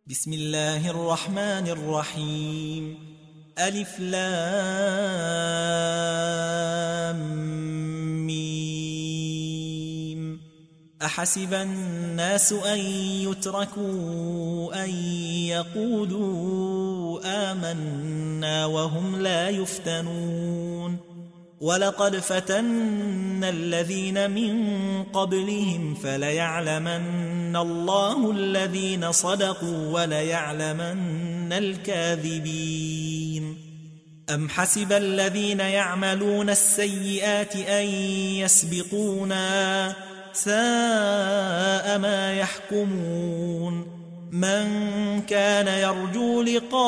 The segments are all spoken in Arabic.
بسم الله الرحمن الرحيم ألف لام ميم أحسب الناس أن يتركوا أن يقولوا آمنا وهم لا يفتنون ولقد فتنا الذين من قبلهم فليعلمن الله الذين صدقوا وليعلمن الكاذبين أم حسب الذين يعملون السيئات أن يسبقونا ساء ما يحكمون من كان يرجو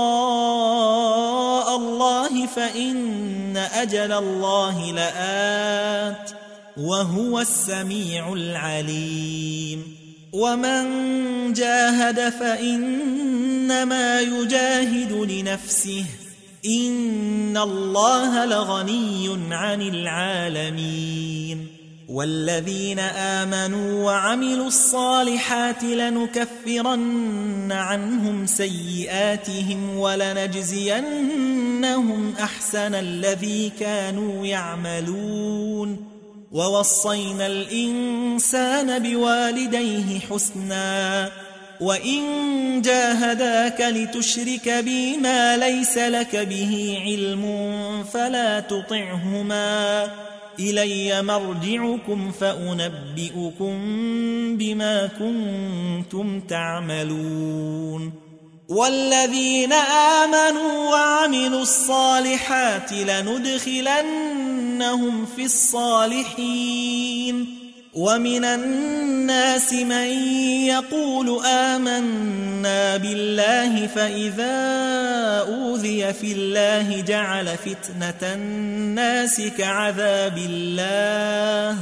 لقاء الله فإن أجل الله لآت وهو السميع العليم ومن جاهد فإنما يجاهد لنفسه إن الله لغني عن العالمين والذين آمنوا وعملوا الصالحات لنكفرن عنهم سيئاتهم ولنجزينهم أحسن الذي كانوا يعملون ووصينا الإنسان بوالديه حسنا وإن جاهداك لتشرك بي ما ليس لك به علم فلا تطعهما إلي مرجعكم فأنبئكم بما كنتم تعملون والذين آمنوا وعملوا الصالحات لندخلنهم في الصالحين ومن الناس من يقول آمنا بالله فإذا أوذي في الله جعل فتنة الناس كعذاب الله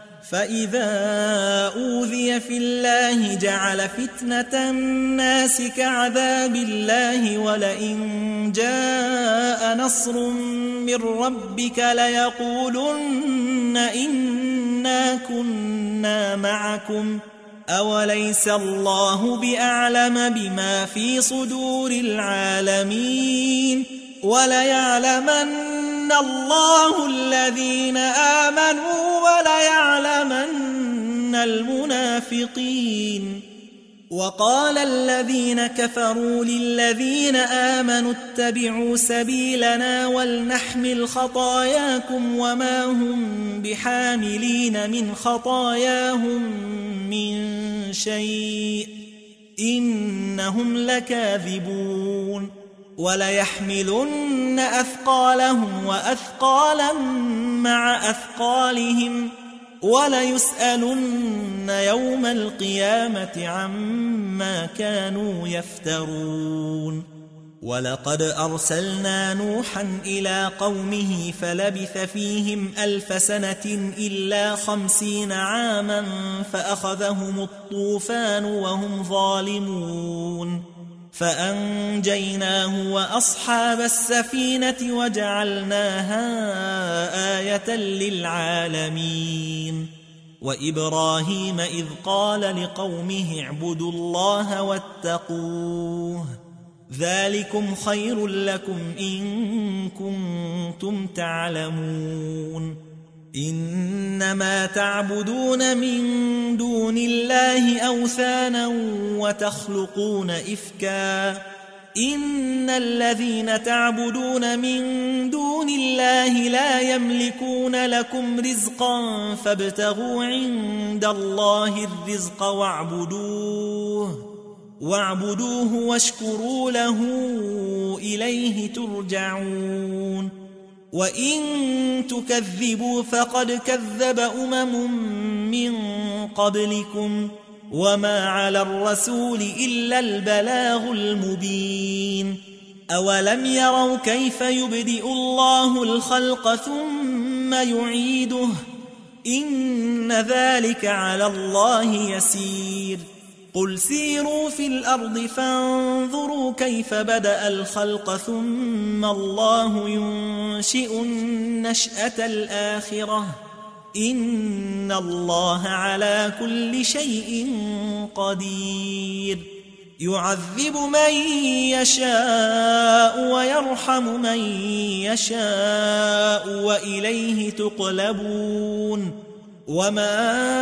ولئن جاء نصر من ربك ليقولن إنا كنا معكم أوليس الله بأعلم بما في صدور العالمين وليعلمن الله الذين آمنوا وليعلمن المنافقين وقال الذين كفروا للذين آمنوا اتبعوا سبيلنا ولنحمل خطاياكم وما هم بحاملين من خطاياهم من شيء إنهم لكاذبون وليحملن أثقالهم وأثقالا مع أثقالهم وليسألن يوم القيامة عما كانوا يفترون ولقد أرسلنا نوحا إلى قومه فلبث فيهم 1000 سنة إلا 50 عاما فأخذهم الطوفان وهم ظالمون فأنجيناه وأصحاب السفينة وجعلناها آية للعالمين وإبراهيم إذ قال لقومه اعبدوا الله واتقوه ذلكم خير لكم إن كنتم تعلمون إنما تعبدون من دون الله أوثانا وتخلقون إفكا إن الذين تعبدون من دون الله لا يملكون لكم رزقا فابتغوا عند الله الرزق واعبدوه واشكروا له إليه ترجعون وإن تكذبوا فقد كذب من قبلكم وما على الرسول إلا البلاغ المبين أولم يروا كيف يبدئ الله الخلق ثم يعيده إن ذلك على الله يسير قل سيروا في الأرض فانظروا كيف بدأ الخلق ثم الله ينشئ النشأة الآخرة إن الله على كل شيء قدير يعذب من يشاء ويرحم من يشاء وإليه تقلبون وما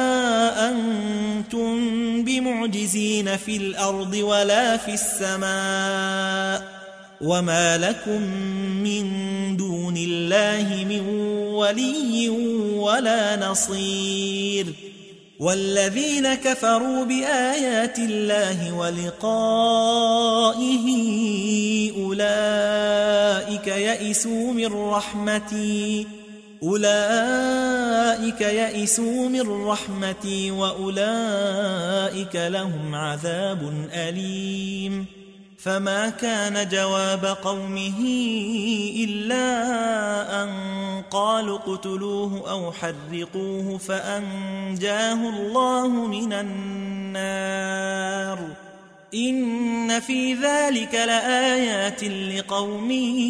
أنتم بمعجزين في الأرض ولا في السماء وما لكم من دون الله من ولي ولا نصير والذين كفروا بآيات الله ولقائه أولئك يئسوا من رحمتي وأولئك لهم عذاب أليم فما كان جواب قومه إلا أن قالوا اقتلوه أو حرقوه فأنجاه الله من النار إن في ذلك لآيات لقوم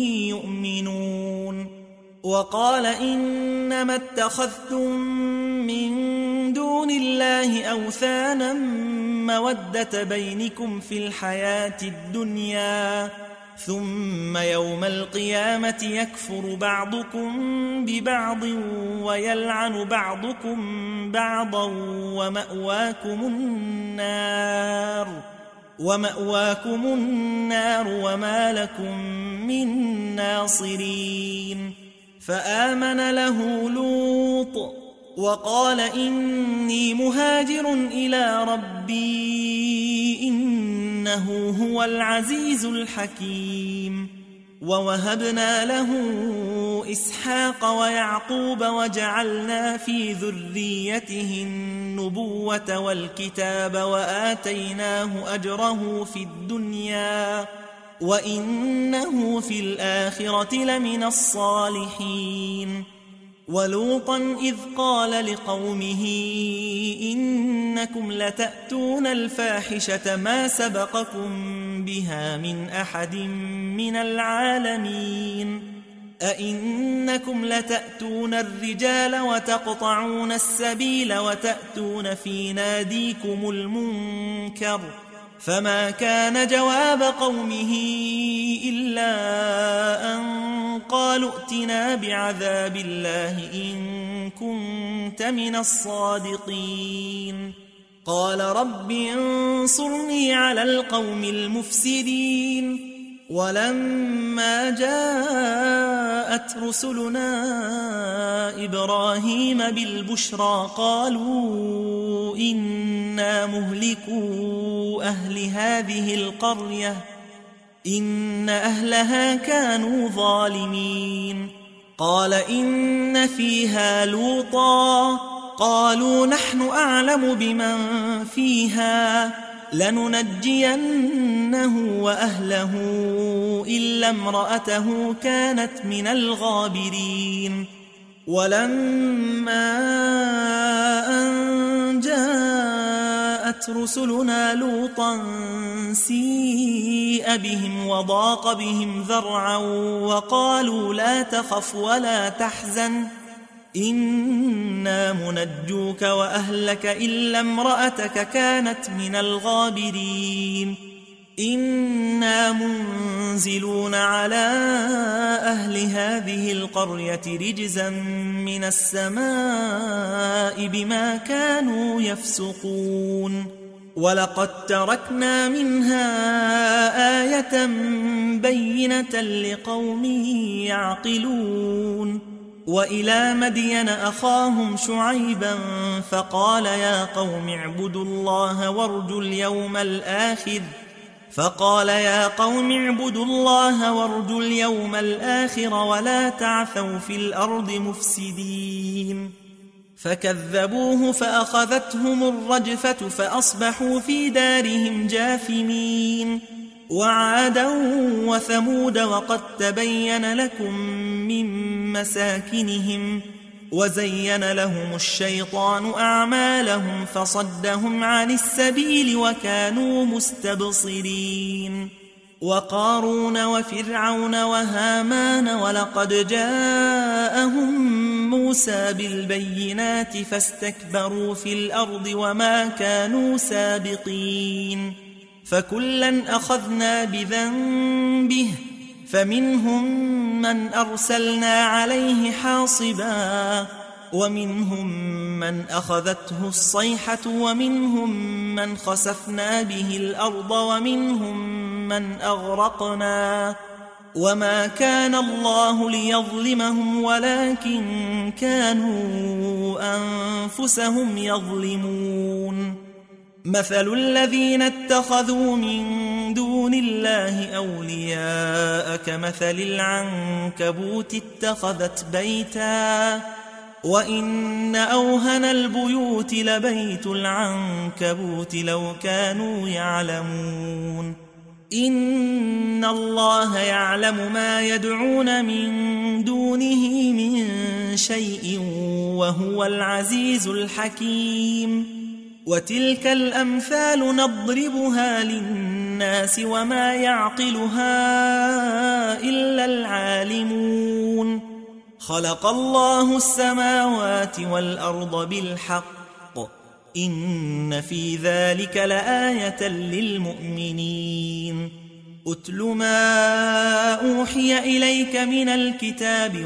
يؤمنون وقال إنما اتخذتم من دون الله أوثانا مودة بينكم في الحياة الدنيا ثم يوم القيامة يكفر بعضكم ببعض ويلعن بعضكم بعضا ومأواكم النار وما لكم من ناصرين فآمن له لوط وقال إني مهاجر إلى ربي إنه هو العزيز الحكيم ووهبنا له إسحاق ويعقوب وجعلنا في ذريته النبوة والكتاب وآتيناه أجره في الدنيا وإنه في الآخرة لمن الصالحين ولوطا إذ قال لقومه إنكم لتأتون الفاحشة ما سبقكم بها من أحد من العالمين أئنكم لتأتون الرجال وتقطعون السبيل وتأتون في ناديكم المنكر فما كان جواب قومه إلا أن قالوا ائتنا بعذاب الله إن كنت من الصادقين قال رب انصرني على القوم المفسدين ولما جاءت رسلنا إبراهيم بالبشرى قالوا إنا مهلكو أهل هذه القرية إن أهلها كانوا ظالمين قال إن فيها لوطا قالوا نحن أعلم بمن فيها لننجينه وأهله إلا امرأته كانت من الغابرين ولما أن جاءت رسلنا لوطا سيء بهم وضاق بهم ذرعا وقالوا لا تخف ولا تحزن إنا منجوك وأهلك إلا امرأتك كانت من الغابرين إنا منزلون على أهل هذه القرية رجزا من السماء بما كانوا يفسقون ولقد تركنا منها آية بينة لقوم يعقلون وإلى مدين أخاهم شعيبا فقال يا قوم اعبدوا الله وارجوا اليوم الآخر ولا تعثوا في الأرض مفسدين فكذبوه فأخذتهم الرجفة فأصبحوا في دارهم جاثمين وعادا وثمود وقد تبين لكم من مساكنهم وزين لهم الشيطان أعمالهم فصدهم عن السبيل وكانوا مستبصرين وقارون وفرعون وهامان ولقد جاءهم موسى بالبينات فاستكبروا في الأرض وما كانوا سابقين فكلا أخذنا بذنبه فمنهم من أرسلنا عليه حاصبا ومنهم من أخذته الصيحة ومنهم من خسفنا به الأرض ومنهم من أغرقنا وما كان الله ليظلمهم ولكن كانوا أنفسهم يظلمون مثل الذين اتخذوا من دون الله أولياء كمثل العنكبوت اتخذت بيتا وإن أوهن البيوت لبيت العنكبوت لو كانوا يعلمون إن الله يعلم ما يدعون من دونه من شيء وهو العزيز الحكيم وتلك الأمثال نضربها للناس وما يعقلها إلا العالمون خلق الله السماوات والأرض بالحق إن في ذلك لآية للمؤمنين أتل ما أوحي إليك من الكتاب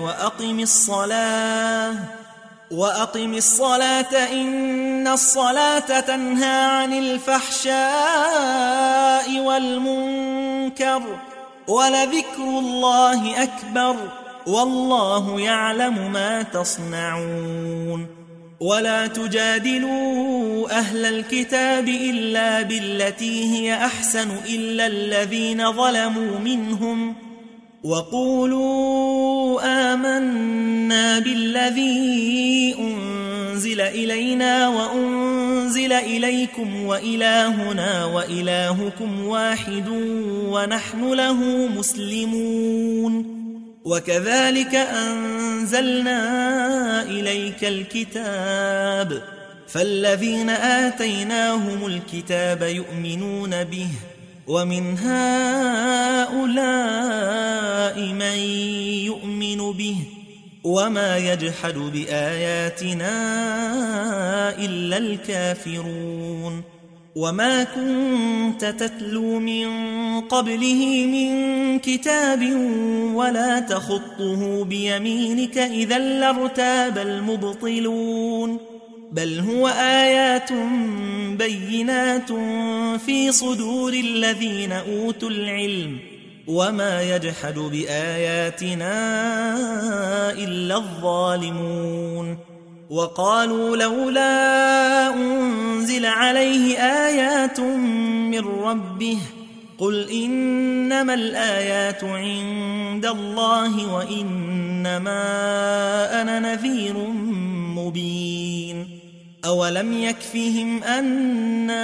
وأقم الصلاة إن الصلاة تنهى عن الفحشاء والمنكر ولذكر الله أكبر والله يعلم ما تصنعون ولا تجادلوا أهل الكتاب إلا بالتي هي أحسن إلا الذين ظلموا منهم وقولوا آمنا بالذي أنزل إلينا وأنزل إليكم وإلهنا وإلهكم واحد ونحن له مسلمون وكذلك أنزلنا إليك الكتاب فالذين آتيناهم الكتاب يؤمنون به ومن هؤلاء من يؤمن به وما يجحد بآياتنا إلا الكافرون وما كنت تتلو من قبله من كتاب ولا تخطه بيمينك إذا لارتاب المبطلون بل هو آيات بينات في صدور الذين أوتوا العلم وما يجحد بآياتنا إلا الظالمون وقالوا لولا أنزل عليه آيات من ربه قل إنما الآيات عند الله وإنما أنا نذير مبين أولم يكفهم أنا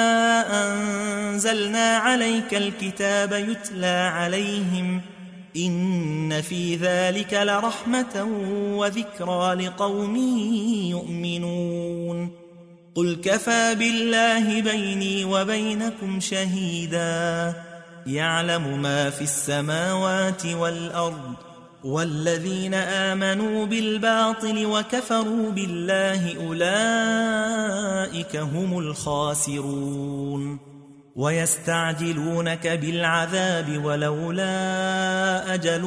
أنزلنا عليك الكتاب يتلى عليهم إن في ذلك لرحمة وذكرى لقوم يؤمنون قل كفى بالله بيني وبينكم شهيدا يعلم ما في السماوات والأرض والذين آمنوا بالباطل وكفروا بالله أولئك هم الخاسرون ويستعجلونك بالعذاب ولولا أجل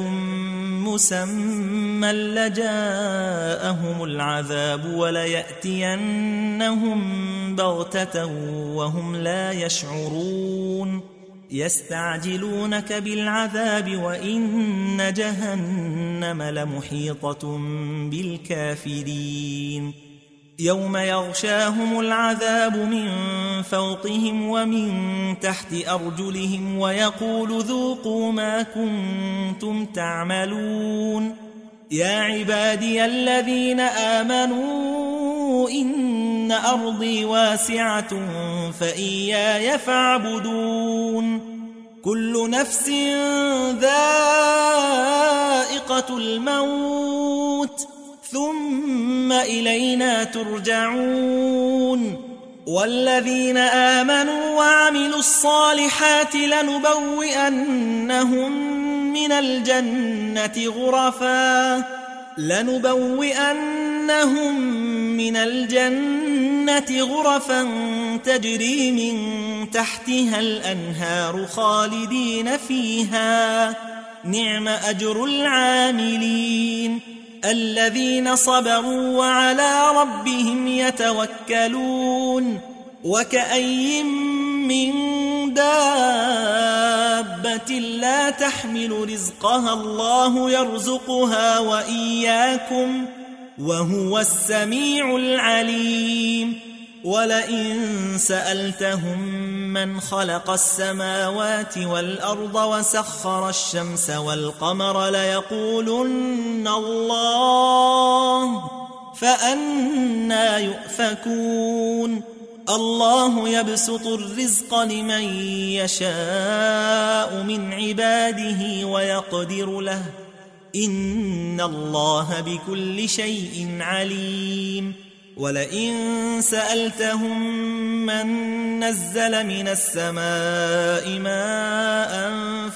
مسمى لجاءهم العذاب وليأتينهم بغتة وهم لا يشعرون يستعجلونك بالعذاب وإن جهنم لمحيطة بالكافرين يوم يغشاهم العذاب من فوقهم ومن تحت أرجلهم ويقول ذوقوا ما كنتم تعملون يا عبادي الذين آمنوا إن أرضي واسعة فإياي فاعبدون كل نفس ذائقة الموت ثم إلينا ترجعون والذين آمنوا وعملوا الصالحات لنبوئنهم من الجنة غرفا لنبوئنهم من الجنة غرفا تجري من تحتها الأنهار خالدين فيها نعم أجر العاملين الذين صبروا وعلى ربهم يتوكلون وكأي من دابة لا تحمل رزقها الله يرزقها وإياكم وهو السميع العليم ولئن سألتهم من خلق السماوات والأرض وسخر الشمس والقمر ليقولن الله فأنى يؤفكون الله يبسط الرزق لمن يشاء من عباده ويقدر له إن الله بكل شيء عليم ولئن سألتهم من نزل من السماء ماء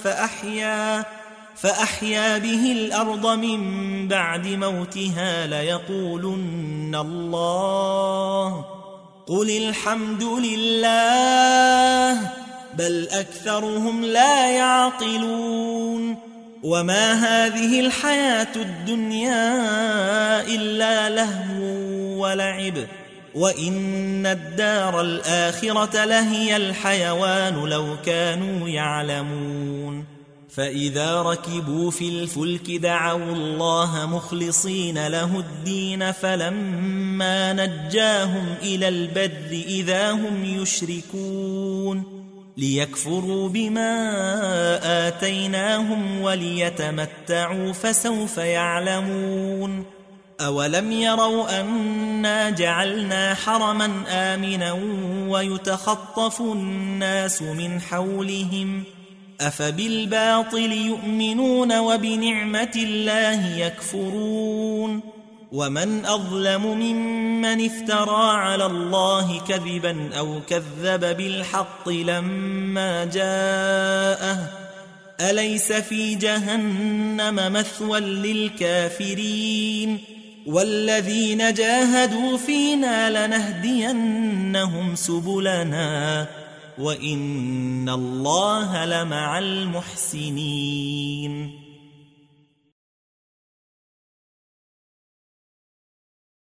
فأحيا به الأرض من بعد موتها ليقولن الله قل الحمد لله بل أكثرهم لا يعقلون وما هذه الحياة الدنيا إلا لهو ولعب وإن الدار الآخرة لهي الحيوان لو كانوا يعلمون فإذا ركبوا في الفلك دعوا الله مخلصين له الدين فلما نجاهم إلى البر إذا هم يشركون ليكفروا بما آتيناهم وليتمتعوا فسوف يعلمون أولم يروا أنا جعلنا حرما آمنا ويتخطف الناس من حولهم أفبالباطل يؤمنون وبنعمة الله يكفرون ومن أظلم ممن افترى على الله كذبا أو كذب بالحق لما جاءه أليس في جهنم مثوى للكافرين والذين جاهدوا فينا لنهدينهم سبلنا وإن الله لمع المحسنين